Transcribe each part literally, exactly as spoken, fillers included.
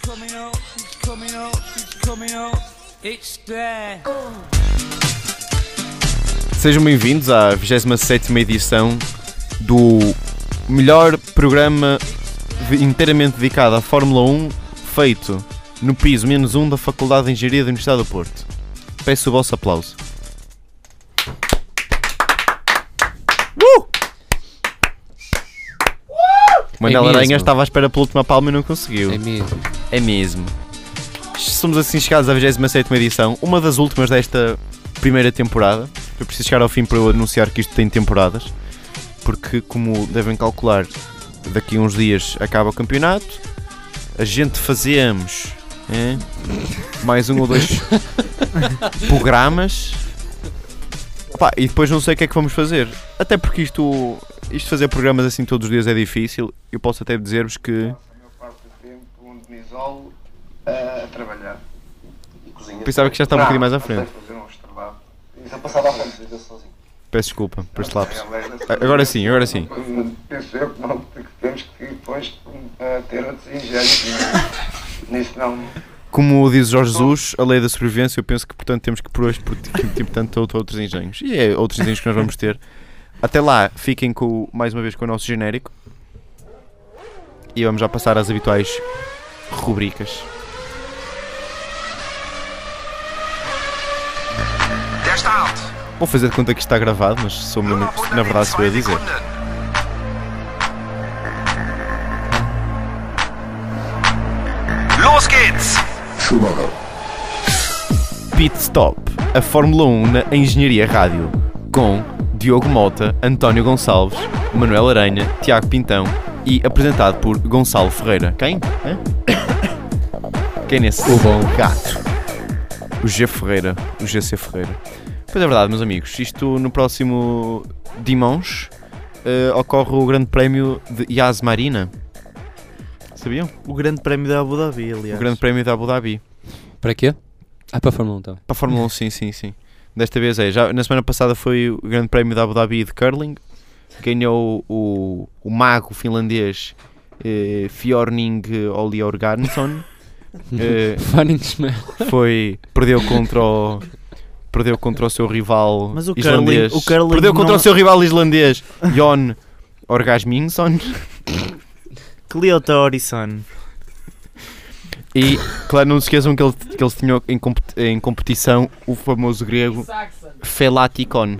Sejam bem-vindos à vigésima sétima edição do melhor programa inteiramente dedicado à Fórmula um, feito no piso menos um da Faculdade de Engenharia da Universidade do Porto. Peço o vosso aplauso. Uh! O Manuel É Aranha estava à espera pela última palma e não conseguiu. É mesmo. É mesmo. Somos assim chegados à vigésima sétima edição, uma das últimas desta primeira temporada. Eu preciso chegar ao fim para eu anunciar que isto tem temporadas, porque, como devem calcular, daqui a uns dias acaba o campeonato. A gente fazemos é, mais um ou dois programas. Opa, e depois não sei o que é que vamos fazer. Até porque isto, isto fazer programas assim todos os dias é difícil. Eu posso até dizer-vos que a maior parte do tempo onde me isolo a trabalhar e cozinhar. Pensava que já estava um bocadinho mais à frente. Isso é passado à frente, eu sozinho. Peço desculpa por este lapso. Agora sim, agora sim. Penso eu que não, que temos que depois uh, ter outros engenhos. Nisso não. Como diz Jorge Jesus, a lei da sobrevivência, eu penso que portanto temos que por hoje ter portanto outros engenhos. E é outros engenhos que nós vamos ter. Até lá, fiquem com, mais uma vez com o nosso genérico. E vamos já passar às habituais rubricas. Vou fazer de conta que isto está gravado, mas sou mesmo, na verdade sou eu a dizer. Los geht's! Pit Stop, a Fórmula um na Engenharia Rádio, com Diogo Mota, António Gonçalves, Manuel Aranha, Tiago Pintão e apresentado por Gonçalo Ferreira. Quem? Hã? Quem nesse? O bom gato. O G Ferreira, o G C Ferreira. Pois é verdade, meus amigos, isto no próximo Dimanche uh, ocorre o Grande Prémio de Yas Marina. Sabiam? O Grande Prémio da Abu Dhabi, aliás. O Grande Prémio da Abu Dhabi. Para quê? Ah, para a Fórmula um também. Para a Fórmula um, sim, sim, sim. Desta vez é. Já, na semana passada foi o Grande Prémio da Abu Dhabi de Curling. Ganhou o, o mago finlandês eh, Fjorning Oliorgansson. eh, foi Perdeu contra o... Perdeu contra o seu rival Mas o islandês. Curling, o curling Perdeu contra não... o seu rival islandês, Jon Orgasminsson. Cleota Orisson. E, claro, não se esqueçam que, ele, que eles tinham em, competi- em competição o famoso grego Felatikon.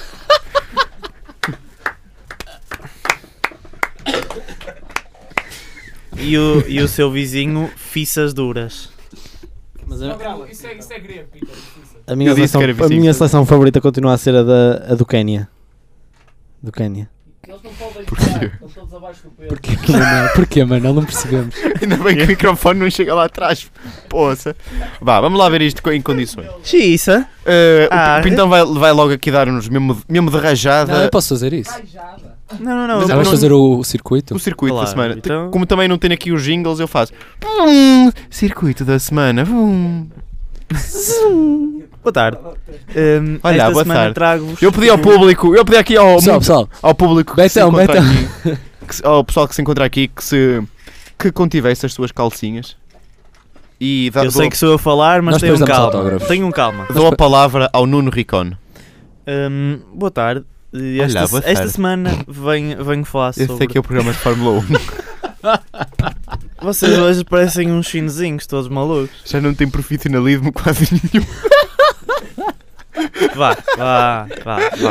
E o, e o seu vizinho, Fissas Duras. Mas a, não, isso, é, isso é grego, Peter. A minha, seleção, a minha seleção favorita continua a ser a, da, a do Quénia. Do Quénia. Eles não podem Porquê? jogar, estão todos abaixo do peso. Porquê, Manuel? Porquê, Manuel? Não percebemos. Ainda bem que o microfone não chega lá atrás. Poça. Vá, vamos lá ver isto em condições. Xiça. Uh, Ah, o Pintão vai, vai logo aqui dar-nos mesmo, mesmo de rajada. Não, eu posso fazer isso. Não, não, não. Mas Ah, eu vais não- fazer o circuito? O circuito Claro, da semana. então- Como também não tenho aqui os jingles, eu faço. Vum, circuito da semana. Vum. Boa tarde. Um, Olha, esta boa semana tarde. trago-vos... Eu pedi ao público, eu pedi aqui ao, Pessoal, muito- pessoal. ao público que Betão, se encontra Betão. aqui, que se- ao pessoal que se encontra aqui que se que contivesse as suas calcinhas e dá, Eu sei dou, que sou eu a falar, mas Nós tenham depois damos calma. autógrafos. Tenham calma. dou a palavra ao Nuno Ricon. Um, boa tarde. E Esta, Olá, boa esta tarde. semana venho, venho falar Esse sobre... aqui é o programa de Fórmula um. Vocês hoje parecem uns chinesinhos, todos malucos. Já não tem profissionalismo quase nenhum. Vá, vá, vá, vá.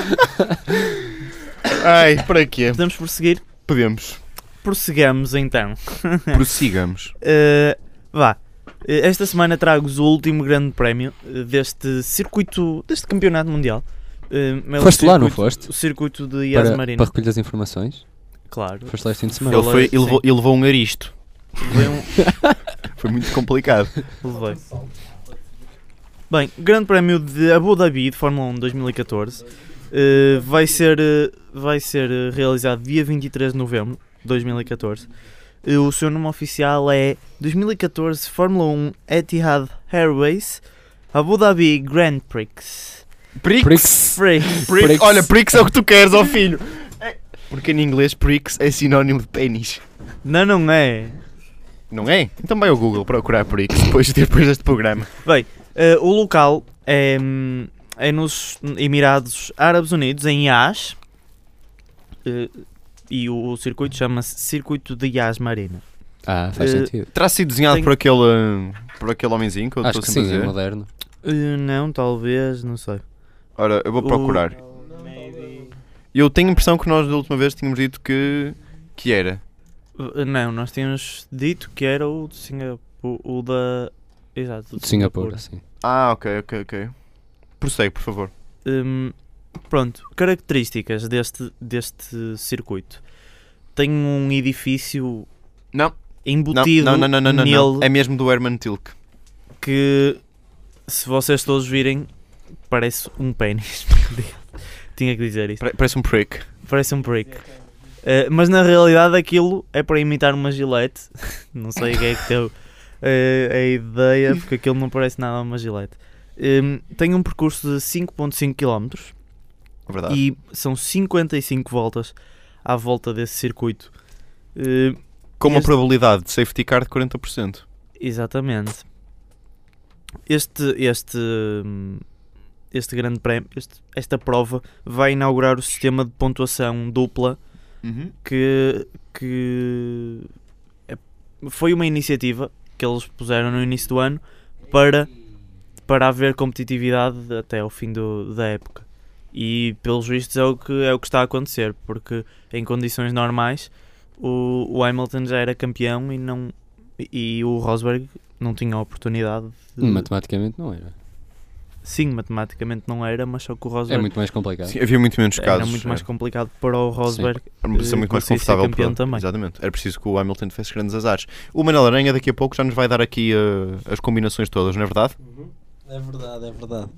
Ai, para quê? Podemos prosseguir? Podemos. Prossigamos então. Prossigamos. Uh, vá. Uh, Esta semana trago-vos o último grande prémio uh, deste circuito, deste campeonato mundial. Uh, é o Foste lá, não circuito- foste? O circuito de Yas Para, Marina. para recolher as informações? Claro. Foste lá este fim de semana? Ele, foi, Sim. ele, levou, ele levou um aristo. Levei um- Foi muito complicado. Levei. Bem, Grande Prémio de Abu Dhabi de Fórmula um dois mil e catorze uh, vai ser, uh, vai ser uh, realizado dia vinte e três de novembro de dois mil e catorze. Uh, o seu nome oficial é dois mil e catorze Fórmula um Etihad Airways Abu Dhabi Grand Prix. Prix. Prix. Prix. Prix. Prix. Olha, Prix é o que tu queres, ó filho. É. Porque em inglês Prix é sinónimo de pênis. Não, não é. Não é? Então vai ao Google procurar por isso depois, depois deste programa. Bem, uh, o local é, é nos Emirados Árabes Unidos, em Yas, uh, e o, o circuito chama-se Circuito de Yas Marina. Ah, faz Uh, sentido. Terá sido desenhado Tem- por aquele, uh, por aquele homenzinho que eu Acho estou que sempre sim, a é dizer? moderno. Uh, não, talvez, não sei. Ora, eu vou O- procurar. Eu tenho a impressão que nós da última vez tínhamos dito que, que era. Uh, não, nós tínhamos dito que era o de Singapura, o da... Exato, o De Singapura, sim. Ah, ok, ok, ok. Prossegue, por favor. Hum, pronto, características deste, deste circuito. Tem um edifício Não, não, embutido não, não, não, não, não, nele não. É mesmo do Herman Tilke. que, se vocês todos virem, parece um pênis. Tinha que dizer isso. Pare- Parece um prick. Parece um brick. Uh, mas na realidade aquilo é para imitar uma gilete. Não sei quem é que teve uh, a ideia, porque aquilo não parece nada uma gilete. Um, tem um percurso de cinco vírgula cinco quilómetros Verdade. e são cinquenta e cinco voltas à volta desse circuito. Uh, Com uma este- probabilidade de safety car de quarenta por cento. Exatamente. Este, este, hum, este grande prémio, este- esta prova vai inaugurar o sistema de pontuação dupla Uhum. que, que é- foi uma iniciativa que eles puseram no início do ano para, para haver competitividade até ao fim do, da época. E pelos vistos é o, que, é o que está a acontecer, porque em condições normais o, o Hamilton já era campeão e, não, e o Rosberg não tinha a oportunidade de... Matematicamente não era. Sim, matematicamente não era, mas só que o É Rosberg muito mais complicado. Sim, havia muito menos era casos. muito mais é. complicado para o Rosberg. Para ser muito mais conseguir ser confortável campeão para- também. Exatamente. Era preciso que o Hamilton tivesse grandes azares. O Manuel Aranha daqui a pouco já nos vai dar aqui uh, as combinações todas, não é verdade? É verdade, é verdade.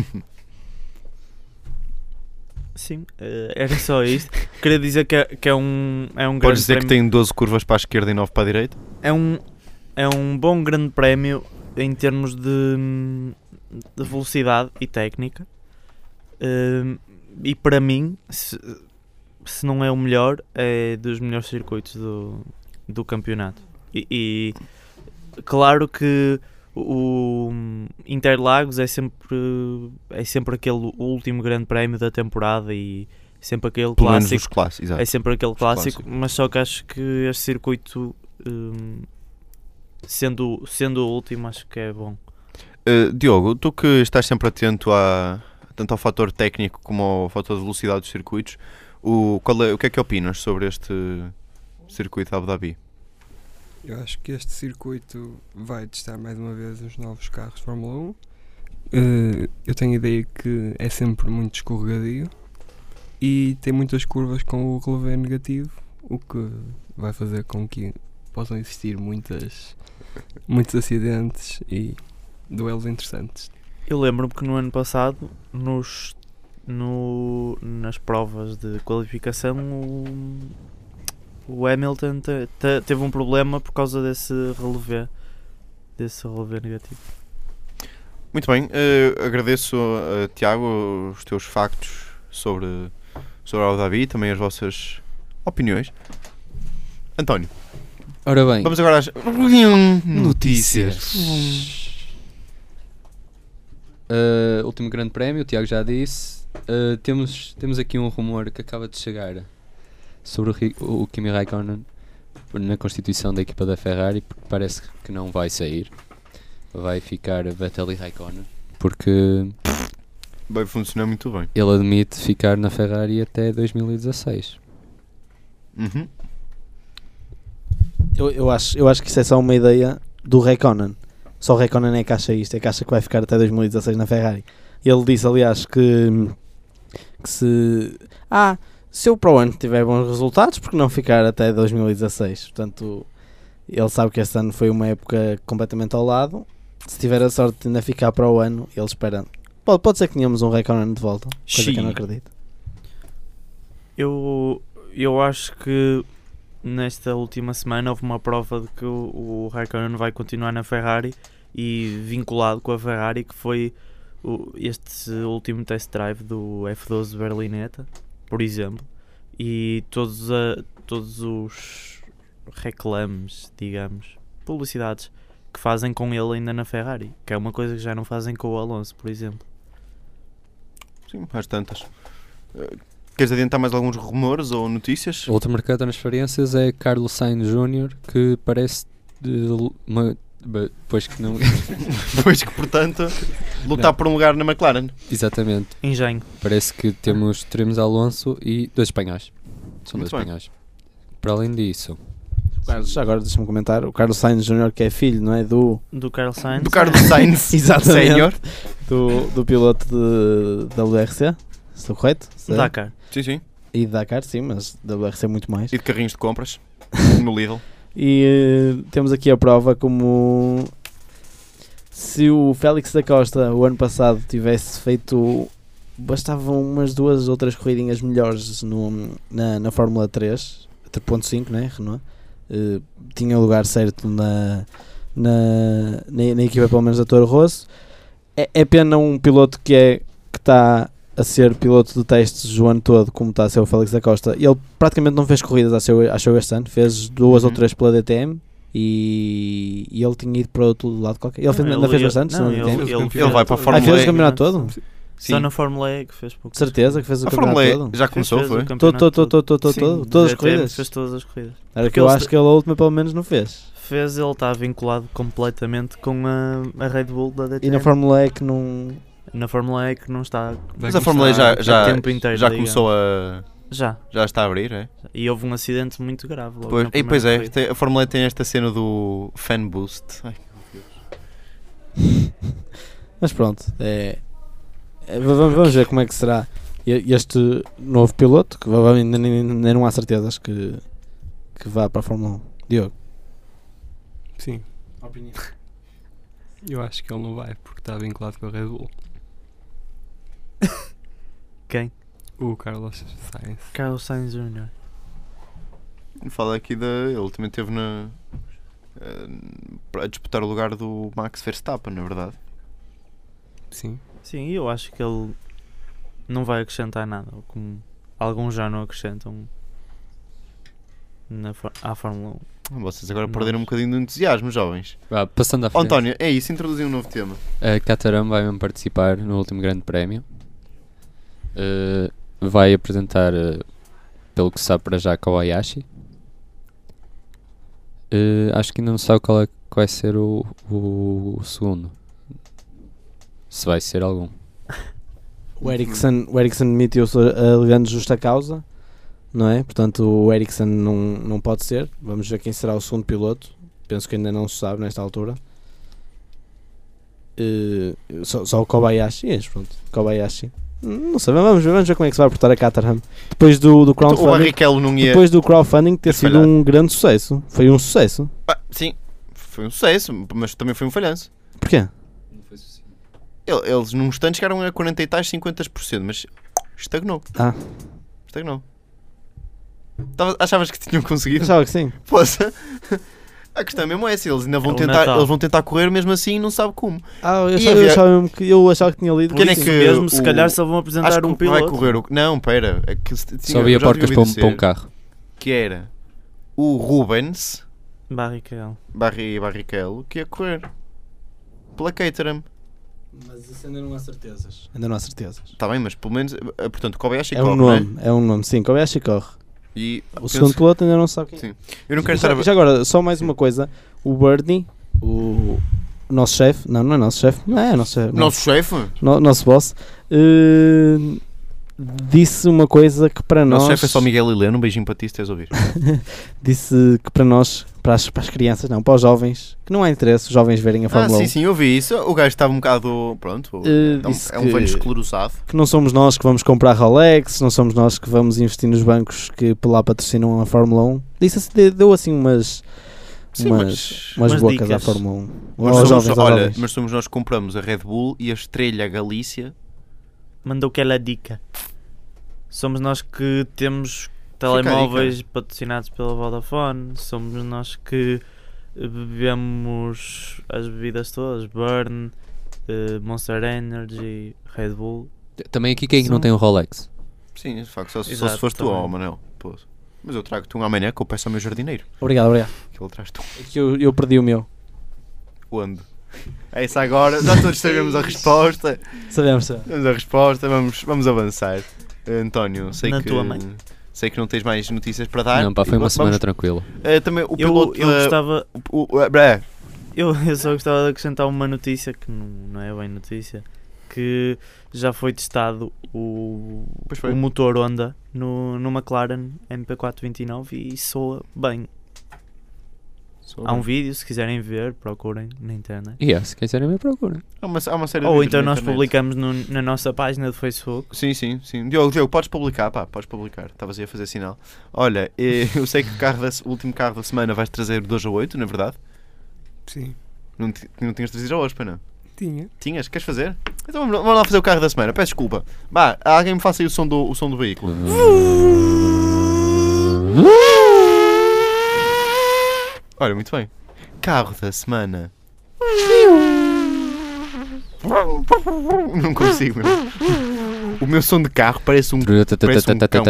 Sim, eh, era só isto. Queria dizer que é, que é um, é um grande Podes dizer que prémio. tem doze curvas para a esquerda e nove para a direita? É um, é um bom grande prémio em termos de, de velocidade e técnica. Eh, e para mim, se, se não é o melhor, é dos melhores circuitos do, do campeonato. E, e claro que o Interlagos é sempre, é sempre aquele último grande prémio da temporada e sempre aquele Pelo menos clássico. os clássicos, exato. É sempre aquele clássico, clássicos. mas só que acho que este circuito, hum, sendo, sendo o último, acho que é bom. Uh, Diogo, tu que estás sempre atento a, tanto ao fator técnico como ao fator de velocidade dos circuitos, o, qual é, o que é que opinas sobre este circuito de Abu Dhabi? Eu acho que este circuito vai testar mais uma vez os novos carros de Fórmula um. Uh, eu tenho a ideia que é sempre muito escorregadio e tem muitas curvas com o relevé negativo, o que vai fazer com que possam existir muitas, muitos acidentes e duelos interessantes. Eu lembro-me que no ano passado, nos, no, nas provas de qualificação, o, o Hamilton te, te, teve um problema por causa desse relevé, desse relevé negativo. Muito bem, uh, agradeço, uh, Tiago, os teus factos sobre, sobre Abu Dhabi e também as vossas opiniões. António, Ora bem, vamos agora às notícias. Uh, último grande prémio, o Tiago já disse. Uh, temos, temos aqui um rumor que acaba de chegar sobre o, Ri- o Kimi Raikkonen na constituição da equipa da Ferrari, porque parece que não vai sair. Vai ficar Vettel e Raikkonen, porque Vai funcionar muito bem. ele admite ficar na Ferrari até dois mil e dezasseis. Uhum. Eu, eu, acho, eu acho que isso é só uma ideia do Raikkonen. Só o Raikkonen é que acha isto, é que acha que vai ficar até dois mil e dezasseis na Ferrari. Ele disse, aliás, que, que se... Ah, se eu para o ano tiver bons resultados, porque não ficar até dois mil e dezasseis? Portanto, ele sabe que este ano foi uma época completamente ao lado. Se tiver a sorte de ainda ficar para o ano, ele espera... Pode, pode ser que tenhamos um Raikkonen de volta, coisa que eu não acredito. Eu, eu acho que nesta última semana houve uma prova de que o, o Raikkonen vai continuar na Ferrari e vinculado com a Ferrari, que foi o, este último test drive do F doze Berlinetta, por exemplo, e todos, a, todos os reclames, digamos, publicidades que fazem com ele ainda na Ferrari, que é uma coisa que já não fazem com o Alonso, por exemplo. Sim, às tantas. Uh, queres adiantar mais alguns rumores ou notícias? O outro mercado de transferências é Carlos Sainz Júnior, que parece de uma, depois que não Pois que, portanto, lutar Não. por um lugar na McLaren. exatamente, Engenho. parece que temos teremos Alonso e dois espanhóis. São Muito dois bem. espanhóis. Para além disso, Já agora deixa-me comentar, o Carlos Sainz Júnior que é filho, não é? Do, Do Carlos Sainz. Do Carlos Sainz Exatamente. Sénior. do, do piloto de W R C, estou correto? Certo? Dakar. Sim, sim. E de Dakar, sim, mas W R C muito mais. E de carrinhos de compras no Lidl. E eh, temos aqui a prova como se o Félix da Costa o ano passado tivesse feito, bastavam umas duas ou três corridinhas melhores no, na, na Fórmula três, três ponto cinco, né, Renault, eh, tinha o lugar certo na, na, na, na equipa pelo menos da Toro Rosso. É, é pena um piloto que é que está a ser piloto de testes o ano todo, como está a ser o Félix da Costa. Ele praticamente não fez corridas, acho eu, acho eu este ano, fez duas Uhum. ou três pela D T M e, e ele tinha ido para outro lado qualquer. Ele fez, Não, ainda fez ia- bastante, não, se não me ele, engano. ele, Ele vai para a Ah, Fórmula fez o E. campeonato todo? Sim. Só na Fórmula E que fez pouco. De certeza que fez o A Fórmula campeonato E todo? já começou, Fez o foi? campeonato Todo, todo, todo, todo, todo, Sim, todo, todas as D T M corridas? Fez todas as corridas. Era que Porque eu eles- acho que ele a última pelo menos não fez. Fez, ele está vinculado completamente com a, a Red Bull da D T E M. na Fórmula E que não... Na Fórmula E que não está. Vai Mas a Fórmula E já, começar já, o tempo inteiro, já digamos. começou a... Já. Já está a abrir, é? E houve um acidente muito grave. Logo Pois, na e pois primeira é, corrida. tem- a Fórmula E tem esta cena do fan boost. Ai, Mas pronto, é, é, v- vamos, vamos ver como é que será e- este novo piloto, que va- ainda, nem- ainda não há certezas que, que vá para a Fórmula um. Diogo. Sim. Eu acho que ele não vai porque está vinculado com a Red Bull. Quem? O Carlos Sainz. Carlos Sainz Júnior Fala aqui da... Ele também esteve na... eh, a disputar o lugar do Max Verstappen, na verdade. Sim. Sim, eu acho que ele não vai acrescentar nada. Como alguns já não acrescentam na, for- à Fórmula um. Vocês agora Nós. perderam um bocadinho de entusiasmo, jovens. vá, passando à Ó, frente. António, é isso, introduzi um novo tema. A Caterham vai mesmo participar no último grande prémio. Uh, vai apresentar, uh, pelo que se sabe para já, Kobayashi. Uh, acho que ainda não sabe qual é que vai ser o, o, o segundo. Se vai ser algum. O Ericsson, o Ericsson demitiu-se alegando justa causa, não é? Portanto, o Ericsson não, não pode ser. Vamos ver quem será o segundo piloto. Penso que ainda não se sabe nesta altura. Eh, só, só o Kobayashi, é, pronto. Kobayashi. Não sei, vamos ver, vamos ver como é que se vai portar a Caterham. Depois do, do O crowdfunding, Barrichello não ia... depois do crowdfunding ter ia sido falhar. um grande sucesso. Foi um sucesso. Ah, sim, foi um sucesso, mas também foi um falhanço. Porquê? Ele- Eles num instante chegaram a quarenta e tais, cinquenta por cento, mas estagnou. Ah, Estagnou. Tava- achavas que tinham conseguido? achava que sim. Poxa. A questão mesmo é essa, eles ainda vão É o tentar, Natal. eles vão tentar correr mesmo assim e não sabe como. Ah, eu E achava, eu havia- achava mesmo que, eu achava que tinha lido. Quem é Por isso que mesmo, se o- calhar só vão Acho apresentar que um o que vai piloto. correr o... Não, pera, é que se- Só tinha- havia eu já porcas tinha para um, ouvido para um dizer carro. que era o Rubens Barrichello. Barri, Barrichello que ia correr pela Caterham. Mas isso ainda não há certezas. Ainda não há certezas. Está bem, mas pelo menos, eh, portanto, Kobayashi É um corre, não é? nome, é um nome, sim, Kobayashi corre. E O penso- segundo piloto ainda não sabe quem é. Sim. Eu não quero já, estar a... já agora, só mais uma coisa. O Bernie, o nosso chefe, não, não é nosso chefe, não é nosso chefe, Nosso chefe? no, nosso boss, eh, disse uma coisa que para nós. Nosso chefe é só Miguel Heleno, um beijinho para ti se tens a ouvir. Disse que para nós, para as, para as crianças, não, para os jovens, que não há interesse os jovens verem a Ah, Fórmula sim, um. sim, eu vi isso. O gajo estava um bocado, pronto, Eh, é um, disse é um que- velho esclerosado. Que não somos nós que vamos comprar Rolex, não somos nós que vamos investir nos bancos que por lá patrocinam a Fórmula um. Disse assim, de- deu assim umas, Sim, umas, mas- umas umas bocas à dicas. Fórmula um. Mas Aos somos, jovens, aos olha, jovens. mas somos nós que compramos a Red Bull e a Estrela Galícia. Mandou aquela dica. Somos nós que temos telemóveis patrocinados pela Vodafone. Somos nós que eh, bebemos as bebidas todas. Burn, eh, Monster Energy, Red Bull. Também aqui quem é que não São- tem um Rolex? Sim, de facto, só, só Exato, se foste tu, também. ó, Manel. Pô. Mas eu trago-te um amanhã que eu peço ao meu jardineiro. Obrigado, obrigado. Que ele traz-te um. É que eu, eu perdi o meu. Onde? É isso agora, já todos sabemos a resposta. Sabemos, sabemos. Sabemos a resposta, vamos, vamos avançar. António, sei Na que, tua mãe. sei que não tens mais notícias para dar. Não, pá, foi uma Vamos- semana tranquila. Eh, também o Eu, piloto eu da- gostava. o- o- eh, bré, Eu, eu só gostava de acrescentar uma notícia que não, não é bem notícia. Que já foi testado o, Pois foi. o motor Honda no, no McLaren M P quatrocentos e vinte e nove e soa bem. Há um vídeo, se quiserem ver, procurem na internet. E yeah, se quiserem me procurem. há, uma, há uma série de Ou vídeos então na nós internet. publicamos no- na nossa página do Facebook. Sim, sim, sim. Diogo, Diogo, podes publicar, pá, podes publicar. Estavas aí a fazer sinal. Olha, eh, eu sei que o, carro da, o último carro da semana vais trazer o dois a oito, na verdade. Sim, Não, ti- não tinhas trazido hoje, pá, não? tinha. Tinhas? Queres fazer? Então vamos, vamos lá fazer o carro da semana. Peço desculpa. Bah, alguém me faça aí o som do, o som do veículo. Olha, muito bem. Carro da semana. Não consigo, meu. O meu som de carro parece um. Parece um cão.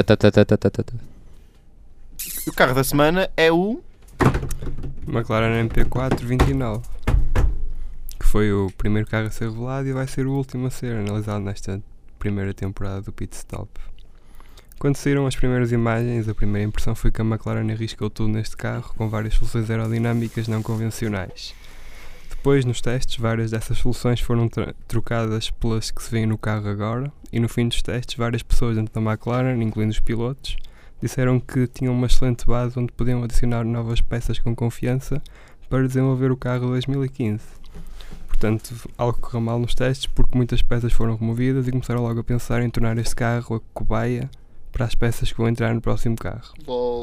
O carro da semana é o. McLaren M P quatrocentos e vinte e nove, que foi o primeiro carro a ser revelado e vai ser o último a ser analisado nesta primeira temporada do Pit Stop. Quando saíram as primeiras imagens, a primeira impressão foi que a McLaren arriscou tudo neste carro com várias soluções aerodinâmicas não convencionais. Depois, nos testes, várias dessas soluções foram tra- trocadas pelas que se vêem no carro agora, e no fim dos testes, várias pessoas dentro da McLaren, incluindo os pilotos, disseram que tinham uma excelente base onde podiam adicionar novas peças com confiança para desenvolver o carro dois mil e quinze. Portanto, algo correu mal nos testes porque muitas peças foram removidas e começaram logo a pensar em tornar este carro a cobaia para as peças que vão entrar no próximo carro.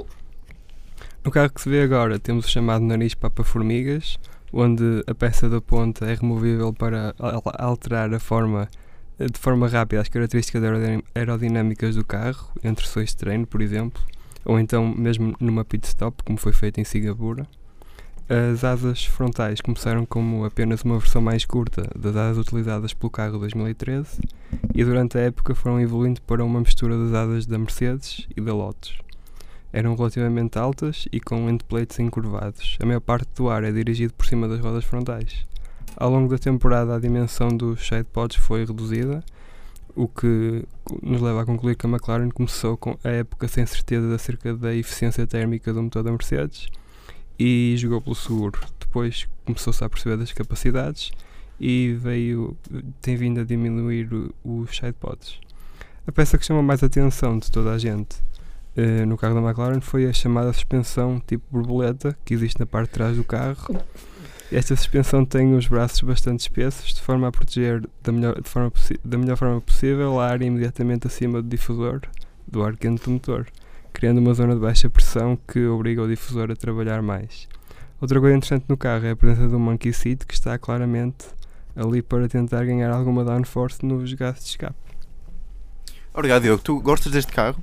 No carro que se vê agora temos o chamado nariz papa-formigas, onde a peça da ponta é removível para al- alterar a forma, de forma rápida as características aerodin- aerodinâmicas do carro, entre sessões de treino, por exemplo, ou então mesmo numa pit stop, como foi feito em Singapura. As asas frontais começaram como apenas uma versão mais curta das asas utilizadas pelo carro dois mil e treze e durante a época foram evoluindo para uma mistura das asas da Mercedes e da Lotus. Eram relativamente altas e com endplates encurvados. A maior parte do ar é dirigido por cima das rodas frontais. Ao longo da temporada a dimensão dos sidepods foi reduzida, o que nos leva a concluir que a McLaren começou com a época sem certeza acerca da eficiência térmica do motor da Mercedes e jogou pelo seguro. Depois começou-se a perceber das capacidades e veio, tem vindo a diminuir o- os sidepods. A peça que chama mais atenção de toda a gente eh, no carro da McLaren foi a chamada suspensão tipo borboleta que existe na parte de trás do carro. Esta suspensão tem os braços bastante espessos de forma a proteger da melhor, de forma possi- da melhor forma possível a área imediatamente acima do difusor do ar quente do motor, criando uma zona de baixa pressão que obriga o difusor a trabalhar mais. Outra coisa interessante no carro é a presença do monkey seat que está claramente ali para tentar ganhar alguma downforce nos gases de escape. Obrigado, Diogo. Tu gostas deste carro?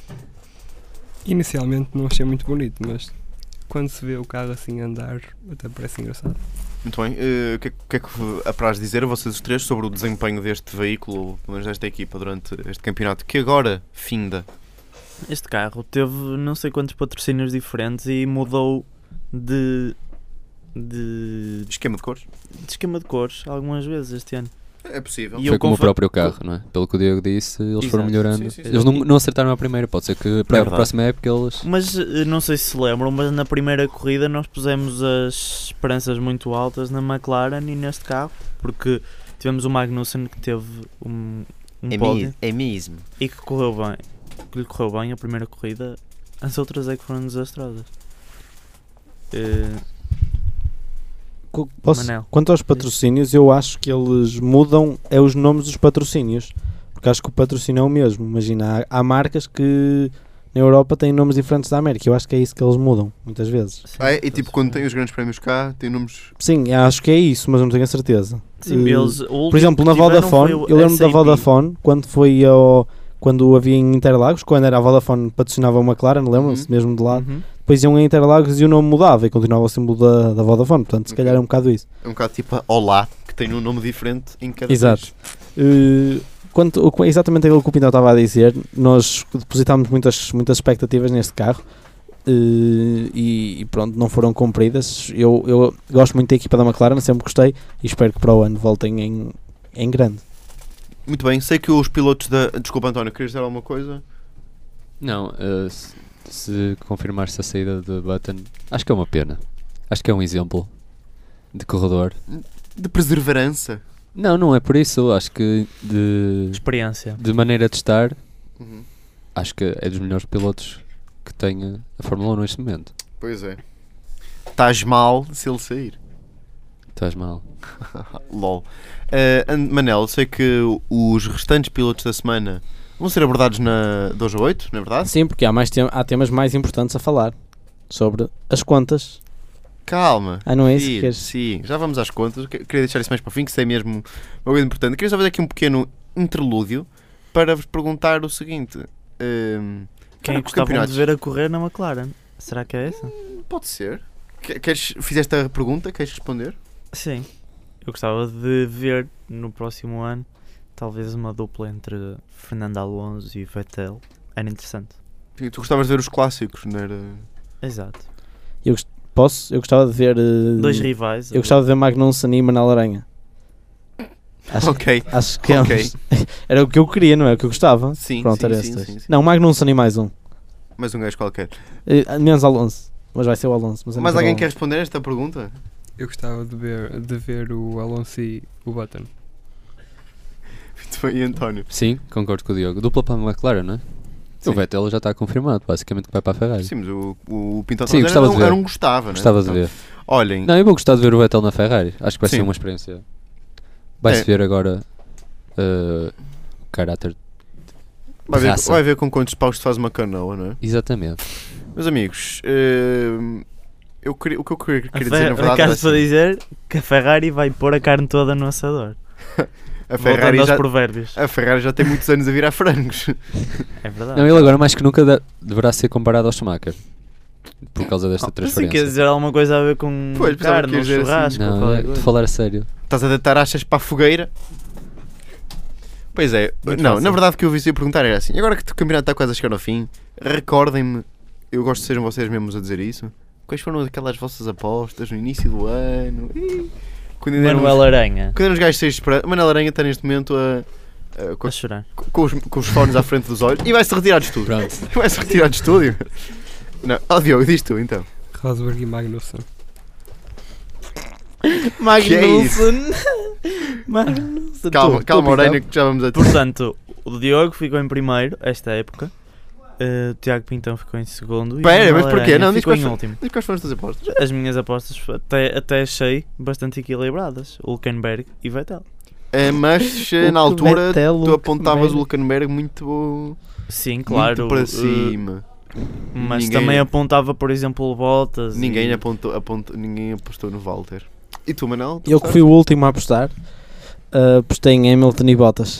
Inicialmente não achei muito bonito, mas quando se vê o carro assim andar até parece engraçado. Muito bem. Eh, O que, é- o que é que apraz dizer a vocês os três sobre o desempenho deste veículo, ou pelo menos desta equipa, durante este campeonato, que agora finda? Este carro teve não sei quantos patrocínios diferentes e mudou de, de, Esquema de cores? de esquema de cores algumas vezes este ano. É possível. E Foi eu como o confa- próprio carro, não é? Pelo que o Diego disse, eles foram Exato. melhorando. Sim, sim, sim. Eles não, não acertaram a primeira, pode ser que para a verdade. próxima época eles. Mas eh, não sei se se lembram, mas na primeira corrida nós pusemos as esperanças muito altas na McLaren e neste carro, porque tivemos o Magnussen que teve um, um pódio é mesmo. e que correu bem, que lhe correu bem a primeira corrida, as outras é que foram desastrosas. Eh, Co- posso- Manel. Quanto aos patrocínios, eu acho que eles mudam é os nomes dos patrocínios, porque acho que o patrocínio é o mesmo. Imagina, há, há marcas que na Europa têm nomes diferentes da América. Eu acho que é isso que eles mudam, muitas vezes. sim, Ah, é? E tipo, quando tem os grandes prémios cá, tem nomes. Sim, acho que é isso, mas eu não tenho a certeza. sim, Eh, eles, o Por último exemplo, que na tiveram Vodafone, foi o eu lembro da S A P. Vodafone, quando foi ao, quando havia em Interlagos, quando era a Vodafone patrocinava uma McLaren, lembram-se, Uhum. mesmo de lado. Uhum. Depois iam a Interlagos e o nome mudava e continuava o símbolo da, da Vodafone, portanto, se Ok. calhar é um bocado isso. É um bocado tipo a Olá, que tem um nome diferente em cada Exato. vez. Uh, quanto, o, exatamente aquilo que o Pinto estava a dizer, nós depositámos muitas, muitas expectativas neste carro. Uh, e, e pronto, não foram cumpridas. Eu, eu gosto muito da equipa da McLaren, sempre gostei e espero que para o ano voltem em, em grande. Muito bem, sei que os pilotos da... Desculpa, António, querias dizer alguma coisa? Não, uh, se, se confirmar-se a saída de Button, acho que é uma pena. Acho que é um exemplo de corredor. De perseverança. Não, não é por isso. Acho que de, Experiência. de maneira de estar, Uhum. acho que é dos melhores pilotos que tenha a Fórmula um neste momento. Pois é. Estás mal se ele sair. Estás mal. LOL. Uh, Manel, sei que os restantes pilotos da semana vão ser abordados na dois a oito, não é verdade? Sim, porque há, mais te- há temas mais importantes a falar sobre as contas. Calma. Ah, não é isso que Filho, queres? sim, já vamos às contas. Que- Queria deixar isso mais para o fim, que isso é mesmo uma coisa importante. Queria só fazer aqui um pequeno interlúdio para vos perguntar o seguinte. Um, Quem é que gostavam de ver a correr na McLaren? Será que é essa? Pode ser. Que- Queres, fizeste a pergunta? Queres responder? Sim. Eu gostava de ver no próximo ano talvez uma dupla entre Fernando Alonso e Vettel. Era interessante. Tu gostavas de ver os clássicos, não era? Exato. Eu gost- posso? Eu gostava de ver. uh, Dois rivais. Eu gostava de ver Magnussen e Manel Aranha. Acho, Ok. acho que é um- Ok. era o que eu queria, não é? O que eu gostava. Sim, Pronto, sim, era sim, esses dois. sim, sim. Não, Magnussen e mais um. Mais um gajo qualquer. Uh, menos Alonso. Mas vai ser o Alonso. Mas, é Mas muito alguém bom. quer responder a esta pergunta? Eu gostava de ver, de ver o Alonso e o Button. Muito bem, e António? Sim, concordo com o Diogo. Dupla para a McLaren, não é? Sim. O Vettel já está confirmado, basicamente que vai para a Ferrari. Sim, mas o, o Pinto Sim, era, gostava de era, ver. era um gostava, né? Gostava de Então, ver. Olhem, Não, eu vou gostar de ver o Vettel na Ferrari. Acho que vai Sim. ser uma experiência. Vai-se É. ver agora uh, o caráter. vai, ver, raça. vai ver com quantos paus se faz uma canoa, não é? Exatamente. Meus amigos, hum, eu queria, o que eu queria, A queria dizer na Fer- verdade era acaso para assim, dizer que a Ferrari vai pôr a carne toda no assador. a, Ferrari Voltando aos já, provérbios. a Ferrari já tem muitos anos a virar frangos. É verdade. Não, ele agora mais que nunca de- deverá ser comparado ao Schumacher. Por causa desta Pensei que transferência. quer dizer alguma coisa a ver com Pois, pensava carne, que um ias dizer assim. churrasco, Não, qualquer é coisa. de falar a sério. Estás a deitar achas para a fogueira? Pois é, Muito não, fácil. na verdade o que eu vi se perguntar era assim, agora que o campeonato está quase a chegar ao fim, recordem-me, eu gosto de serem vocês mesmos a dizer isso, quais foram aquelas vossas apostas no início do ano? Ih, quando ainda eram Manuel os- Aranha. Quando eram os gajos seis esperança, Manuel Aranha está neste momento a, a- com, A chorar. com os, com os fones à frente dos olhos e vai-se retirar de estúdio. Pronto. Vai-se retirar de estúdio. Não, ó Diogo, diz tu então. Rosberg e Magnussen. Magnussen. Magnussen. Calma, Tu, calma, tu, Aranha, Pintão. que já vamos a Portanto, o Diogo ficou em primeiro esta época. Uh, o Tiago Pintão ficou em segundo. e o Espera, Manuel mas porquê? Aranha Não, diz ficou quais em foram- último. Diz quais foram as tuas apostas. As minhas apostas até, até achei bastante equilibradas. Hulkenberg e Vettel. É, mas eh, Hulk, na altura Vettel, tu apontavas o Hulkenberg. Hulkenberg muito, Sim, claro. muito para uh, cima. Mas Ninguém- também apontava, por exemplo, o Bottas. Ninguém, e... apontou, apontou, ninguém apostou no Walter. E tu, Manel? Tu Eu que fui o último a apostar, uh, apostei em Hamilton e Bottas.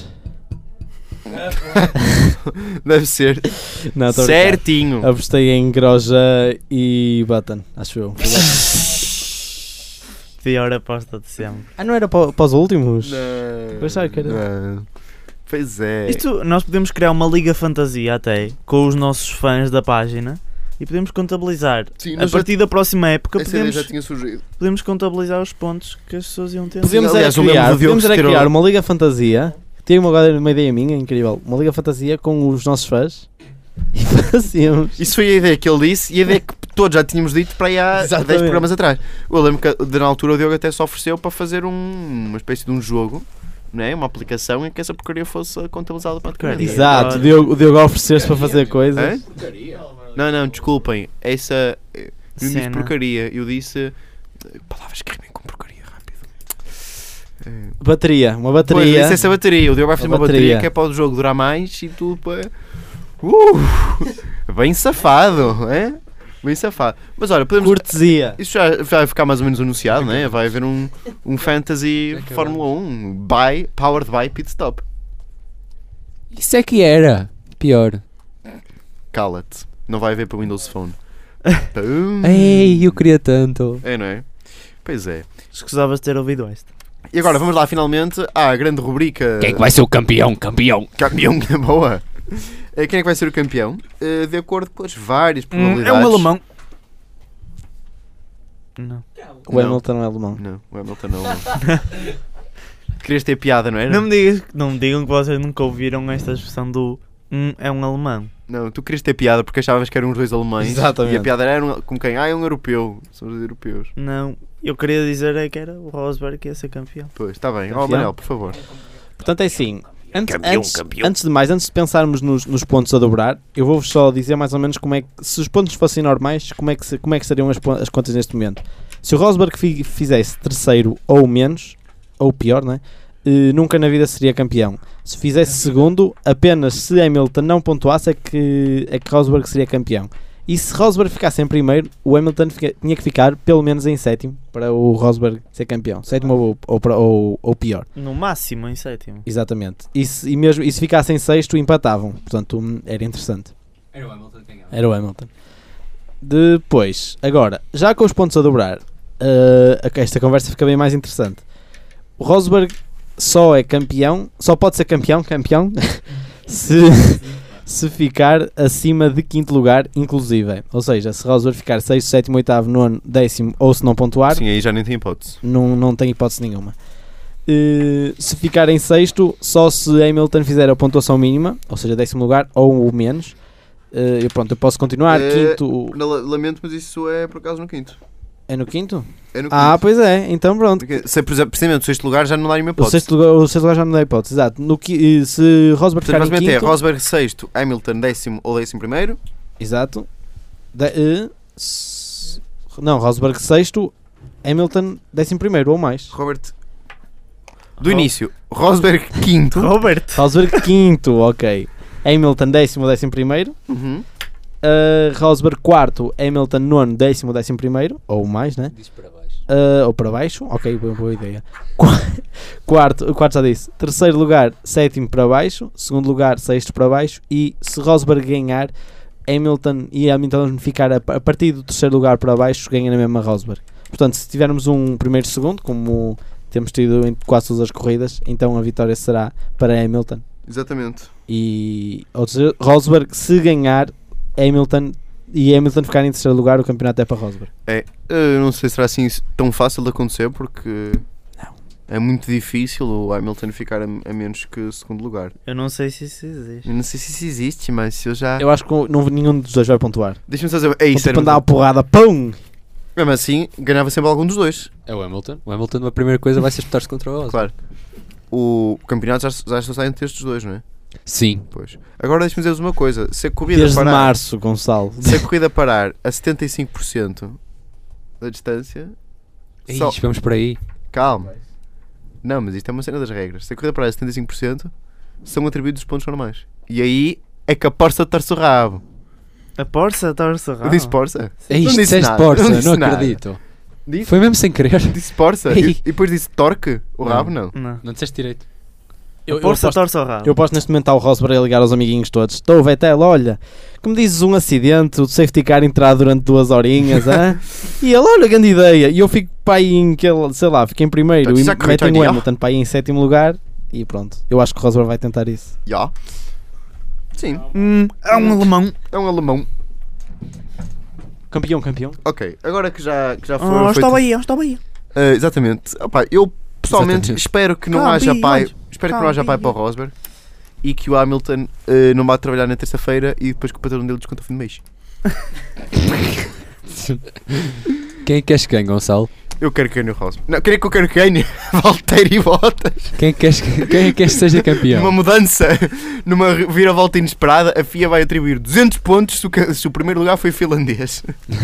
Deve ser Não, estou a brincar. certinho. Apostei em Groja e Button, acho eu. Pior aposta de sempre. Ah, não era para, para os últimos? Não, Pensava que era. não. Pois é. Isto, nós podemos criar uma liga fantasia até com os nossos fãs da página e podemos contabilizar. Sim, A nós já- partir da próxima época essa ideia podemos, já tinha surgido. podemos contabilizar os pontos que as pessoas iam ter. Podemos Aliás, era eu lembro criar, do Diogo podemos era ter- criar uma liga fantasia. Tenho uma, agora uma ideia minha, incrível. Uma liga fantasia com os nossos fãs e fazíamos. Isso foi a ideia que ele disse e a ideia que todos já tínhamos dito para aí há Exatamente. dez programas atrás. Eu lembro que de, na altura o Diogo até se ofereceu para fazer um, uma espécie de um jogo, não é? Uma aplicação em que essa porcaria fosse contabilizada automaticamente. Porcaria. Exato, o Diogo, o Diogo oferecer-se para fazer coisas. Hã? Não, não, desculpem. Essa. Eu não disse Cena. porcaria, eu disse. eh, Palavras que rimem com porcaria, rápido. Eh, Bateria, uma Pois, bateria. disse essa bateria. O Diogo vai fazer Uma uma bateria. bateria que é para o jogo durar mais e tu. Pá, uh, bem safado, é? Bem safado. Mas olha, podemos. Cortesia. Isso já, já vai ficar mais ou menos anunciado, né? Vai haver um, um Fantasy Já acabamos. Fórmula um by, powered by Pitstop. Isso é que era. Pior. Cala-te. Não vai haver para Windows Phone. Pum. Ei, eu queria tanto. É, não é? Pois é. Escusavas de ter ouvido esta. E agora vamos lá finalmente à grande rubrica. Quem é que vai ser o campeão? Campeão! Campeão, que é boa! Eh, Quem é que vai ser o campeão? Eh, De acordo com as várias Hum, probabilidades. é um alemão. Não. O Hamilton é alemão. Não, o Hamilton não. Querias ter piada, não era? Não me, digas, não me digam que vocês nunca ouviram esta expressão do hum, é um alemão. Não, tu querias ter piada porque achavas que eram os dois alemães. Exatamente. E a piada era um- com quem? Ah, é um europeu. São os europeus. Não, eu queria dizer é que era o Rosberg que ia ser campeão. Pois, está bem. Ó, Campeão? Manel, por favor. Portanto, é assim. Antes, Campeão, antes, campeão. antes de mais, antes de pensarmos nos, nos pontos a dobrar, eu vou-vos só dizer mais ou menos como é que, se os pontos fossem normais, como é que, se- como é que seriam as, pon- as contas neste momento. Se o Rosberg fi- fizesse terceiro ou menos, ou pior, não é? Eh, nunca na vida seria campeão. Se fizesse segundo, apenas se Hamilton não pontuasse é que, é que Rosberg seria campeão. E se Rosberg ficasse em primeiro, o Hamilton fica- tinha que ficar pelo menos em sétimo para o Rosberg ser campeão. Sétimo ou, ou, ou, ou pior. No máximo em sétimo. Exatamente. E se, e mesmo, e se ficasse em sexto, empatavam. Portanto, hum, era interessante. Era o Hamilton quem ganhava. Era o Hamilton. Depois, agora, já com os pontos a dobrar, eh, esta conversa fica bem mais interessante. O Rosberg só é campeão, só pode ser campeão, campeão, se, se ficar acima de quinto lugar, inclusive. Ou seja, se Rosberg ficar sexto, sétimo, oitavo, nono, décimo, ou se não pontuar, Sim, aí já nem tem hipótese. não, não tem hipótese nenhuma. Eh, se ficar em sexto, só se Hamilton fizer a pontuação mínima, ou seja, décimo lugar ou o menos. Eh, eu, pronto, eu posso continuar. Eh, Quinto Não, Lamento, mas isso é por acaso no quinto. é no quinto? É no Ah, quinto. pois é, então pronto. Porque, se, por exemplo, precisamente o sexto lugar já não dá nenhuma O hipótese. sexto, lugar, o sexto lugar já não dá hipótese, exato. No, qui- eh, se Rosberg Portanto, ficar em basicamente é quinto, Rosberg sexto, Hamilton décimo ou décimo primeiro. exato. De, eh, s- não, Rosberg sexto, Hamilton décimo primeiro ou mais. Robert. Do Ro- início, Rosberg quinto. Robert. Rosberg quinto, ok. Hamilton décimo ou décimo primeiro. Uhum. Uh, Rosberg quarto, Hamilton nono, décimo, décimo primeiro, ou mais, né? Diz para baixo. Uh, ou para baixo, ok, boa, boa ideia. Qua- Quarto, quarto já disse. Terceiro lugar, sétimo para baixo. Segundo lugar, sexto para baixo. E se Rosberg ganhar, Hamilton e Hamilton ficar a, a partir do terceiro lugar para baixo, ganha na mesma Rosberg. Portanto, se tivermos um primeiro e segundo, como temos tido em quase todas as corridas, então a vitória será para Hamilton. Exatamente. E ou seja, Rosberg, se ganhar, Hamilton e Hamilton ficar em terceiro lugar, o campeonato é para Rosberg. É, eu não sei se será assim tão fácil de acontecer porque Não. é muito difícil o Hamilton ficar a, a menos que o segundo lugar. Eu não sei se isso existe. Eu não sei se isso existe, mas se eu já. Eu acho que não, nenhum dos dois vai pontuar. Deixa-me só dizer. É Vão isso, tipo era... andar a porrada, pum! Mesmo assim, ganhava sempre algum dos dois. É o Hamilton. O Hamilton, a primeira coisa vai ser espetar-se contra o Rosberg. Claro. O campeonato já, já só sai entre estes dois, não é? Sim. Pois. Agora deixa-me dizer-vos uma coisa. Se a corrida Desde parar. março, Gonçalo. Se a corrida parar a setenta e cinco por cento da distância. Só... Ixi, vamos por aí. Calma. Não, mas isto é uma cena das regras. Se a corrida parar a setenta e cinco por cento, são atribuídos os pontos normais. E aí é que a Porça torce o rabo. A Porça torce o Eu rabo. disse Porça? É Não isto, disse disseste nada, Porça, não não, disse nada. acredito. Disse, Foi mesmo sem querer. disse Porça. Ei. E, e depois disse Torque. O Não. rabo não. Não. Não disseste direito. Eu, A eu, Porça posso, torce o rabo. eu posso neste momento ao Rosberg a ligar aos amiguinhos todos. Estou, Vettel, olha, como dizes um acidente, o safety car entrar durante duas horinhas, hã? E ele, olha, grande ideia. E eu fico para aí em, que ele, sei lá, fico em primeiro That's e a great metem o idea. Hamilton para aí em sétimo lugar e pronto. Eu acho que o Rosberg vai tentar isso. Já. Sim. Hum, é um alemão. É um alemão. Campeão, campeão. Ok. Agora que já, que já Oh, foram está feitos- aí, está aí. Ah, exatamente. Opa, eu pessoalmente Exatamente. espero que não Campeões. haja pai. Espero que não haja pai Campeões. para o Rosberg e que o Hamilton ah, não vá trabalhar na terça-feira e depois que o patrão dele desconta o fim do mês. Quem é que queres que ganhe, Gonçalo? Eu quero que ganhe o Rosberg. Não, quero que eu quero que ganhe Valtteri Bottas. Quem é que queres que, quem é que, queres que seja campeão? Numa mudança, numa viravolta inesperada, a F I A vai atribuir duzentos pontos se o, ca- se o primeiro lugar foi finlandês.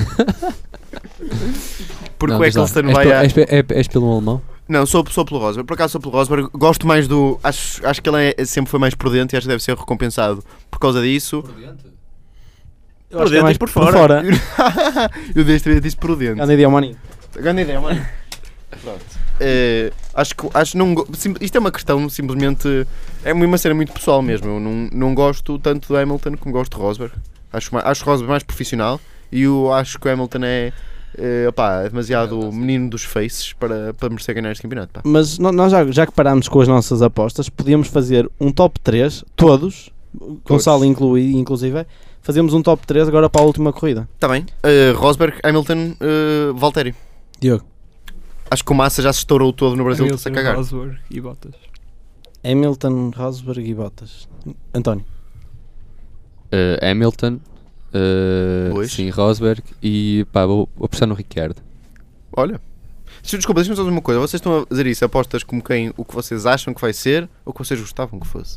Porque Não, o diz lá. Eccleston És vai pe- a... és, pe- é- és pelo alemão? Não, sou, sou pelo Rosberg. Por acaso sou pelo Rosberg. Gosto mais do... Acho, acho que ele é, sempre foi mais prudente e acho que deve ser recompensado por causa disso. Eu Por acho que é dentro mais e por fora. Eu deste vez disse prudente. Grande ideia, maninho. Grande ideia, mano. Pronto. Eh, acho que acho não go- sim- isto é uma questão simplesmente é uma cena muito pessoal mesmo. Eu não, não gosto tanto do Hamilton como gosto de Rosberg. Acho mais, acho o Rosberg mais profissional e eu acho que o Hamilton é Uh, opá, é demasiado menino dos faces para, para merecer ganhar este campeonato. Pá. Mas no- nós já, já que parámos com as nossas apostas, podíamos fazer um top três, todos, Gonçalo inclui, inclusive, fazemos um top três agora para a última corrida. Está bem. Uh, Rosberg, Hamilton, uh, Valtteri. Diogo. Acho que o Massa já se estourou todo no Brasil, está-se a Hamilton, cagar. Rosberg e Bottas. Hamilton, Rosberg e Bottas. António. Uh, Hamilton, uh, Pois. sim, Rosberg e pá, vou, vou apostar no Ricciardo. Olha. Deixa- Desculpa, deixa-me só dizer uma coisa. Vocês estão a dizer isso, apostas como quem, o que vocês acham que vai ser ou o que vocês gostavam que fosse?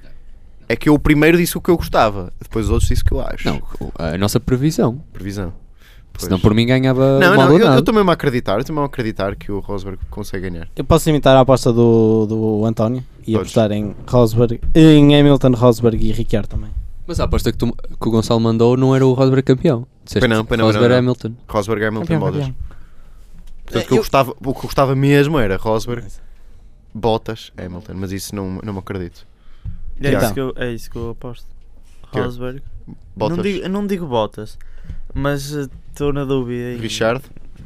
É que eu primeiro disse o que eu gostava, depois os outros disse o que eu acho. Não, a nossa previsão. Previsão. Pois. Senão por mim ganhava Não, o não, eu, eu Maldonado. estou mesmo a acreditar, eu estou mesmo a acreditar que o Rosberg consegue ganhar. Eu posso imitar a aposta do, do António e Podes. apostar em Rosberg, em Hamilton, Rosberg e Ricciardo também. Mas a aposta que, tu, que o Gonçalo mandou não era o Rosberg campeão. Disseste Pois não, pois não, Rosberg não, não. Hamilton. Rosberg, Hamilton, Campeão, Bottas. campeão. Portanto, o que Eu- eu gostava, o que eu gostava mesmo era Rosberg, Bottas, Hamilton, mas isso não, não me acredito. É, Tiago. isso que eu, é isso que eu aposto. Que é? Rosberg. Bottas, Não digo, eu não digo Bottas, mas eh, estou na dúvida. em- Richard,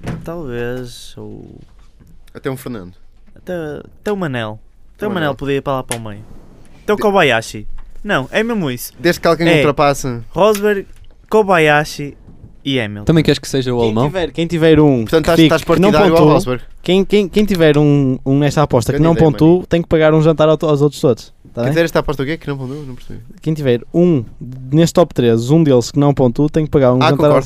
Talvez. Ou. até um Fernando. Até, até o Manel. Até o O Manel Manel. podia ir para lá para o meio. Até o Kobayashi. Não, é mesmo isso. Desde que alguém É. ultrapassa. Rosberg, Kobayashi e Hamilton. Também queres que seja o Quem alemão? tiver, quem tiver um Portanto, que estás, fique- estás que não partidário ao pontua, Rosberg. quem, quem, quem tiver um, um nesta aposta que Grande não ideia, pontua tem que pagar um jantar ao- aos outros todos. Tá Quer bem? dizer, esta aposta o quê? Que não pontuou? Não percebi. Quem tiver um neste top três, um deles que não pontua, tem que pagar um Ah, jantar concordo.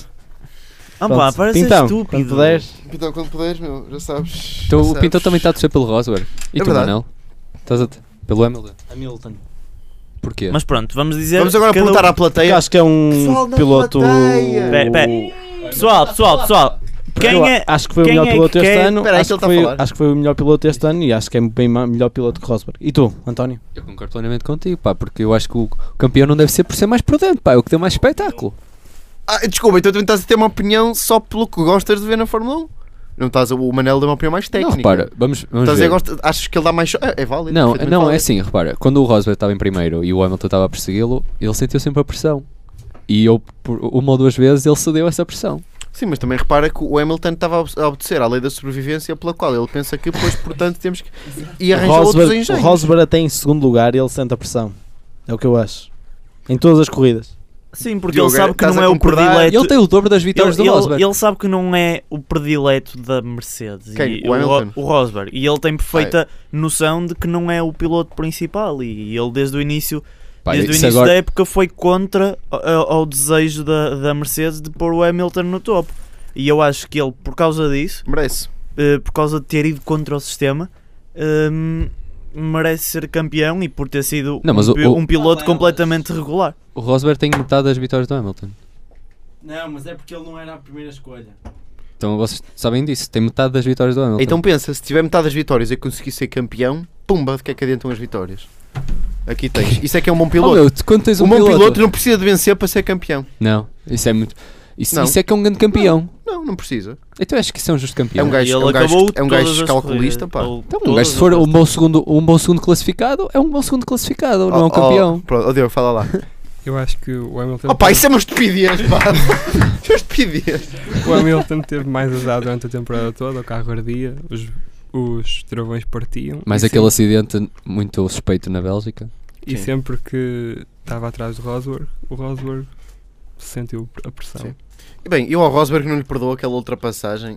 Ah, Pronto. pá, parece Pintão, estúpido. quando puderes. Então, quando puderes, meu, já sabes. Então, já o sabes. Pinto também está a torcer pelo Rosberg. E É tu, verdade. Manel? Estás a... Pelo Hamilton? Hamilton. Porquê? Mas pronto, vamos dizer. Vamos agora cada um- perguntar à Porque plateia. acho que é um Pessoal da piloto. plateia. Pera, pera. Pessoal, pessoal, pessoal. Quem Eu é. acho que foi o quem melhor é piloto que este quer- ano. Espera aí Acho que ele que, está a foi, falar. acho que foi o melhor piloto este ano e acho que é bem ma- melhor piloto que Rosberg. E tu, António? Eu concordo plenamente contigo, pá, porque eu acho que o campeão não deve ser por ser mais prudente, pá, é o que deu mais espetáculo. Ah, desculpa, então tu estás a ter uma opinião só pelo que gostas de ver na Fórmula um. Não estás a... O Manel deu uma opinião mais técnica. Não, repara, vamos, vamos Estás a dizer, ver. gosta- achas que ele dá mais. cho- É, é válido. Não, perfeitamente não, é válido. assim, repara, quando o Rosberg estava em primeiro e o Hamilton estava a persegui-lo, ele sentiu sempre a pressão. E eu, por uma ou duas vezes, ele cedeu essa pressão. Sim, mas também repara que o Hamilton estava a obse- a obedecer à lei da sobrevivência pela qual ele pensa que, pois, portanto, temos que. E O arranja outros Rosberg, o engenhos. Rosberg até em segundo lugar e ele sente a pressão. É o que eu acho. Em todas as corridas. Sim, porque Diogo, ele sabe que estás não a é o concordar? predileto. Ele tem o dobro das vitórias ele, do Rosberg. ele, ele sabe que não é o predileto da Mercedes. Quem? E O Hamilton? Ro- o Rosberg. E ele tem perfeita noção de que não é o piloto principal. E ele, desde o início, Pá, desde o isso início agora- da época, foi contra ao, ao desejo da, da Mercedes de pôr o Hamilton no topo. E eu acho que ele, por causa disso, Merece. eh, por causa de ter ido contra o sistema, hum, merece ser campeão e por ter sido Não, mas um, o- pi- o- um piloto completamente regular. O Rosberg tem metade das vitórias do Hamilton. Não, mas é porque ele não era a primeira escolha. Então vocês sabem disso, tem metade das vitórias do Hamilton. Então pensa, se tiver metade das vitórias e conseguir ser campeão, pumba, de que é que adiantam as vitórias? Aqui tens. Isso é que é um bom Oh, piloto. meu, tu- quando tens um um bom piloto... piloto não precisa de vencer para ser campeão. Não, isso é muito... Isso, Não. isso é que é um grande campeão. Não, não precisa. Então acho que isso é um justo É campeão. um gajo, E é ele um gajo, acabou é um gajo todas as calculista, corridas, pá. ou Então, um todas gajo, se as for um corridas. bom, segundo, um bom segundo classificado, é um bom segundo classificado, não é um Oh, campeão. Oh, pronto, oh, Diogo, fala lá. Eu acho que o Hamilton, Oh pá, isso é uma estupidez, pá. Isso é uma estupidez. o Hamilton teve mais azar durante a temporada toda, o carro ardia, os, os travões partiam. Mas e aquele sempre, acidente muito suspeito na Bélgica. e Sim. sempre que estava atrás do Rosberg, o Rosberg sentiu a pressão. Sim. E bem, eu ao Rosberg não lhe perdoo aquela ultrapassagem.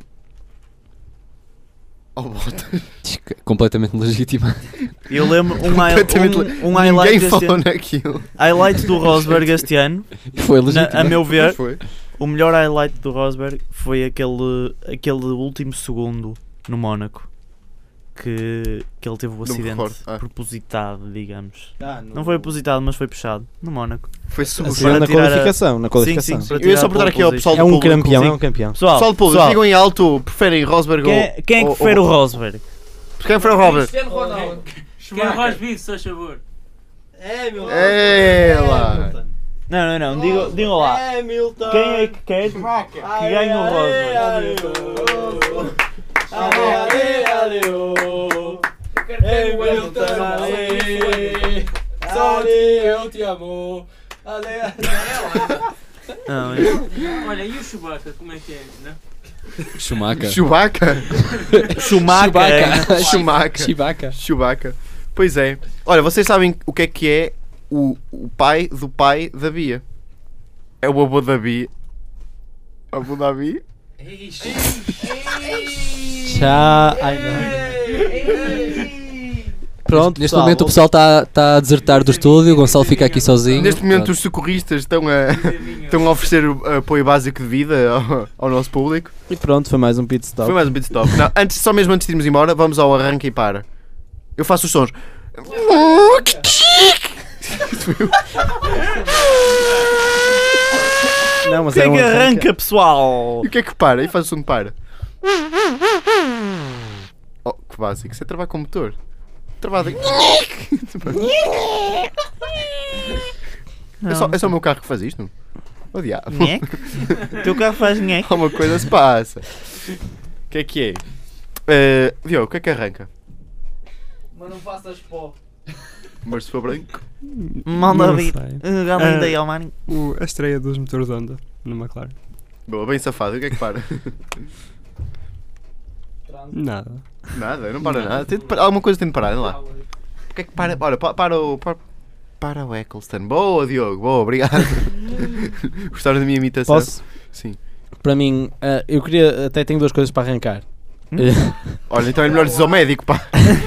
Ao Bottas. Completamente legítima. Eu lembro um, hi- Completamente um, um highlight, Ninguém deste falou ano, naquilo. highlight do Rosberg este ano. Foi Na- legítimo. a meu Mas ver, foi. o melhor highlight do Rosberg foi aquele, aquele último segundo no Mónaco que, que ele teve o me acidente recordo. Ah. propositado, digamos. Não foi propositado, mas foi puxado no Mónaco. Foi super. Assim, Para na tirar a- qualificação, na qualificação. sim, para Eu ia tirar só a perguntar pole aqui ao position. pessoal do É um público. campeão, é sim. um campeão. Pessoal, Pessoal do público, pessoal, digam em alto, preferem Rosberg quem, ou... é- quem é que ou- prefere ou- o Rosberg? Quem prefere o Rosberg? Cristiano Ronaldo. Quem Rosberg, se faz favor. É, meu É lá. Não, não, não, digam, digam lá. Hamilton. Quem é que quer que ganhe o Rosberg? eu te amo. Não, eu- Olha, e o Chewbacca, como é que é? Não? Schumacher. Chewbacca? Schumacher. Chewbacca. Chewbacca. Chewbacca. Pois é. Olha, vocês sabem o que é que é o, o pai do pai da Bia? É o avô da Bia. Abu Dhabi? Tchau. Ai, não. Pronto, Neste pessoal, momento o pessoal está tá a desertar do estúdio, o Gonçalo fica aqui sozinho. Neste momento Pronto. os socorristas estão a, estão a oferecer o apoio básico de vida ao, ao nosso público. E pronto, foi mais um pit stop. Foi mais um pit stop. Não, antes, só mesmo antes de irmos embora, vamos ao arranque e para. Eu faço os sons. Não, mas O que é era um que arranque. arranca, pessoal? E o que é que para? E faz o som que para. Oh, que básico. Isso é trabalhar com o motor. Travado. É só, é só o meu carro que faz isto? Oh, diabo. Nhec? O teu carro faz nhec? Alguma coisa se passa. O que é que é? Uh, Diogo, o que é que arranca? Mas não faças pó. Mas se for branco. Manda Não vir. sei. Uh, Gama Ah. ideia ao Mani. O, a estreia dos motores Honda no McLaren. Boa, bem safado. O que é que para? Nada. Nada, não para nada. Tem de parar- alguma coisa tem de parar, não lá. O que é que para? Olha, pa- para o. Para, para o Eccleston. Boa, Diogo. Boa, obrigado. Gostaram da minha imitação? Posso? Sim. Para mim, ah, eu queria. Até tenho duas coisas para arrancar. Hum? Eh, Olha, então é melhor dizer ao médico, pá.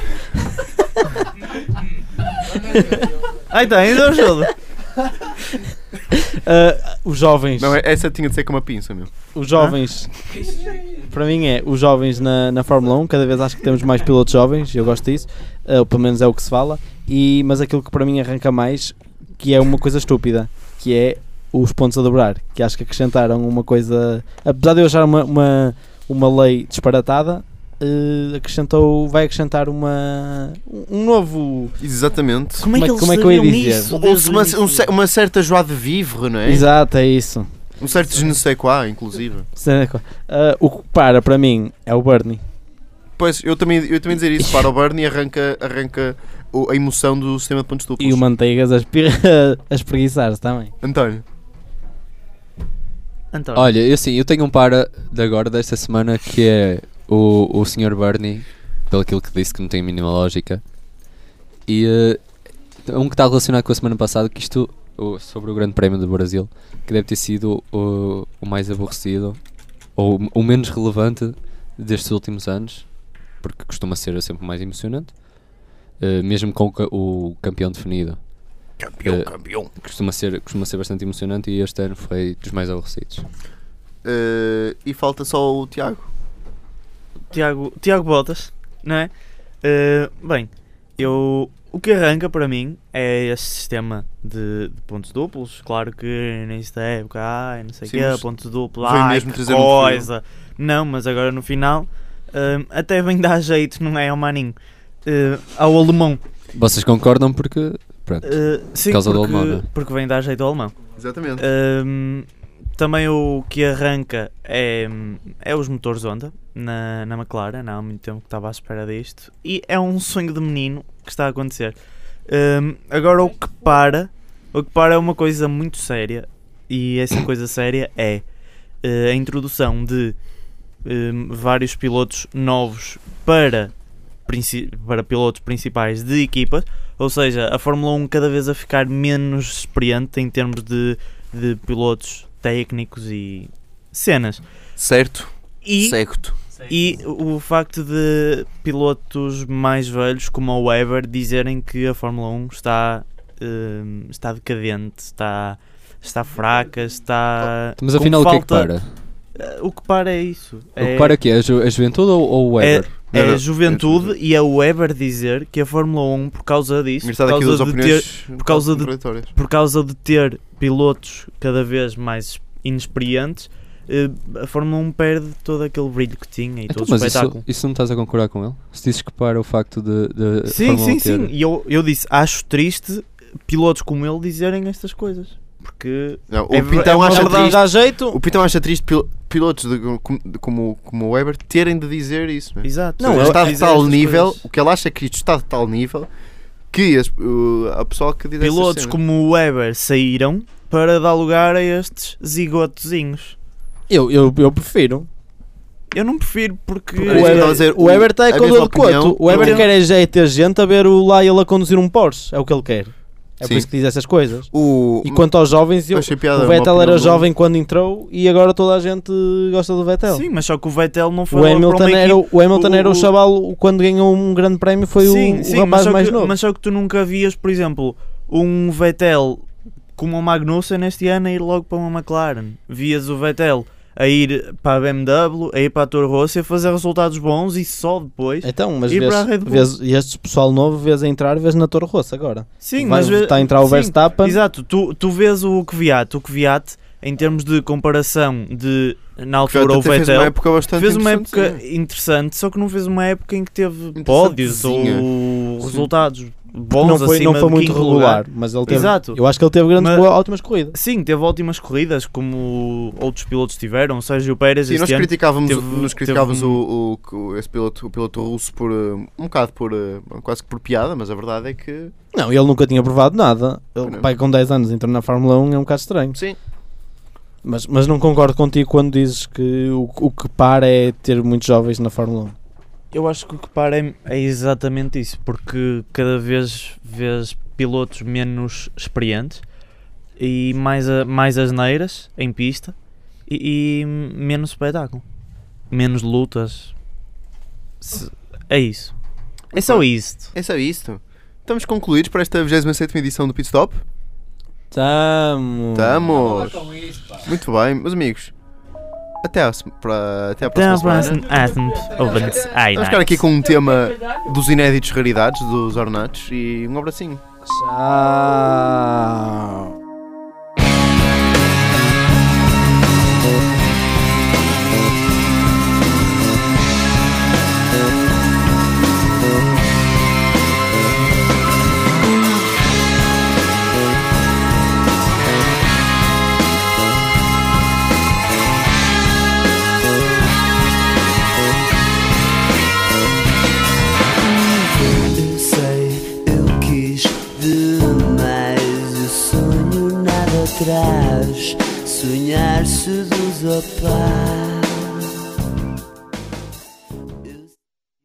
Ai, tá, ainda ajuda. ah, os jovens. Não, essa tinha de ser com uma pinça, meu. Os jovens. Para mim é os jovens na, na Fórmula um. Cada vez acho que temos mais pilotos jovens. Eu gosto disso. ah, ou pelo menos é o que se fala. E, mas aquilo que para mim arranca mais, que é uma coisa estúpida, que é os pontos a dobrar. Que acho que acrescentaram uma coisa. Apesar de eu achar uma, uma, uma lei disparatada, eh, acrescentou, vai acrescentar uma, um novo. Exatamente. Como é que eles como é que eu ia sabiam dizer? isso? Ou desde se o uma, início? um ce- uma certa joie de vivre, não é? Exato, é isso. Um certo je ne sais quoi, inclusive. Ah, o que para para mim é o Bernie. Pois, eu também, eu também dizer isso. Para o Bernie arranca, arranca o- a emoção do sistema de pontos duplos. E o Manteigas a, espir- a espreguiçar-se também. António. António. Olha, eu sim, eu tenho um para de agora, desta semana, que é o, o senhor Bernie, pelo aquilo que disse que não tem a mínima lógica. E eh, um que está relacionado com a semana passada, que isto, o- sobre o Grande Prémio do Brasil, que deve ter sido o, o mais aborrecido, ou o menos relevante destes últimos anos, porque costuma ser sempre mais emocionante, eh, mesmo com o, ca- o campeão definido. Campeão, Eh, campeão. Costuma ser, costuma ser bastante emocionante e este ano foi dos mais aborrecidos. Eh, e falta só o Tiago. Tiago, Tiago Botas, não é? Uh, bem, eu, o que arranca para mim é este sistema de, de pontos duplos. Claro que nesta época, ai, não sei o Sim, quê, mas pontos duplos, vem ai, mesmo que trazer muito coisa. Não, mas agora no final, um, até vem dar jeito, não é, ao maninho, uh, ao alemão. Vocês concordam porque, pronto, Uh, sim, causa do porque, alemão, não é? porque vem dar jeito ao alemão. Exatamente. Um, também o que arranca é, é os motores Honda na, na McLaren. Não há muito tempo que estava à espera disto. E é um sonho de menino que está a acontecer. Um, agora o que para O que para é uma coisa muito séria. E essa coisa séria é uh, a introdução de um, vários pilotos novos para, princi- para pilotos principais de equipas. Ou seja, a Fórmula um cada vez a ficar menos experiente em termos de, de pilotos técnicos e cenas. Certo. E, Certo. e o facto de pilotos mais velhos como o Weber dizerem que a Fórmula um está, hum, está decadente, está, está fraca, está... mas com afinal o que é que falta- para? O que para é isso. O que para aqui é a, ju a juventude ou, ou o Weber? É Não, a juventude e é o Weber dizer que a Fórmula um, por causa disso, por Engraçado aqui duas causa, de ter, opiniões por causa de- contraditórias. por causa de ter pilotos cada vez mais inexperientes, eh, a Fórmula um perde todo aquele brilho que tinha e Então, todo o mas espetáculo. isso, isso não estás a concordar com ele? Se dizes que para o facto de, de a Sim, Fórmula sim, um ter... sim. E eu, eu disse, acho triste pilotos como ele dizerem estas coisas. Porque Não, o é, ver- Pintão é uma acha verdade. triste. Dá jeito. O Pitão acha triste pil- pilotos de- como, de- como, como o Weber terem de dizer isso. Não é? Exato. Não, Ou ele seja, está de dizer tal estas nível, coisas. o que ele acha é que isto está de tal nível que as, o- a pessoa que diz essas Pilotos cenas- como o Weber saíram para dar lugar a estes zigotozinhos. Eu, eu, eu prefiro. Eu não prefiro porque. O Era isso que eu estava a Eber, dizer, o Eber está a com mesma o de opinião, quanto? O Eber eu- quer é já é ter gente a ver o Lyle a conduzir um Porsche. É o que ele quer. É Sim. por isso que diz essas coisas. O... E quanto aos jovens, eu, Achei piada, o uma Vettel opinião era do- jovem quando entrou e agora toda a gente gosta do Vettel. Sim, mas só que o Vettel não foi O logo para Hamilton, uma era, equipe- o Hamilton o- era o o- chaval quando ganhou um grande prémio, foi sim, o, sim, o mas rapaz só mais que, novo. Mas só que tu nunca vias, por exemplo, um Vettel como o Magnussen este ano a ir logo para uma McLaren. Vias o Vettel a ir para a B M W, a ir para a Toro Rosso e a fazer resultados bons e só depois. Então, mas ir vês, para a Red Bull. vês, e este pessoal novo vês a entrar, vês na Toro Rosso agora. Sim, Vai, mas vê- está a entrar o sim, Verstappen. Exato, tu, tu vês o Kvyat, o Kvyat em termos de comparação de na altura o Até fez uma Vettel época bastante fez uma interessante, época sim. interessante, só que não fez uma época em que teve pódios ou Interessantezinha. resultados bons não foi, acima não foi de muito quinto regular, lugar. mas ele teve, Exato. eu acho que ele teve grandes Mas- boas, ótimas corridas. Sim, teve ótimas corridas, como outros pilotos tiveram. O Sérgio Pérez Sim, nós este ano. criticávamos, teve- nós criticávamos teve um- o, o, o- esse piloto, o piloto russo por uh, um bocado por uh, quase que por piada, mas a verdade é que Não, ele nunca tinha provado nada. Ele, Não. pai, com dez anos entrou na Fórmula um, é um bocado estranho. sim. Mas, mas não concordo contigo quando dizes que o, o que para é ter muitos jovens na Fórmula um. Eu acho que o que para é, é exatamente isso, porque cada vez vês pilotos menos experientes e mais, a, mais asneiras em pista e, e menos espetáculo, menos lutas. Se- é isso. É só isto. É só isto. Estamos concluídos para esta vigésima sétima edição do Pit Stop. Tamo. Estamos. Muito bem, meus amigos. Até à, se- para, até à próxima semana. Vamos ficar aqui com um tema dos inéditos raridades dos Ornatos e um abracinho. Tchau. Eu sei, eu quis demais. O sonho nada traz. Sonhar seduz a paz.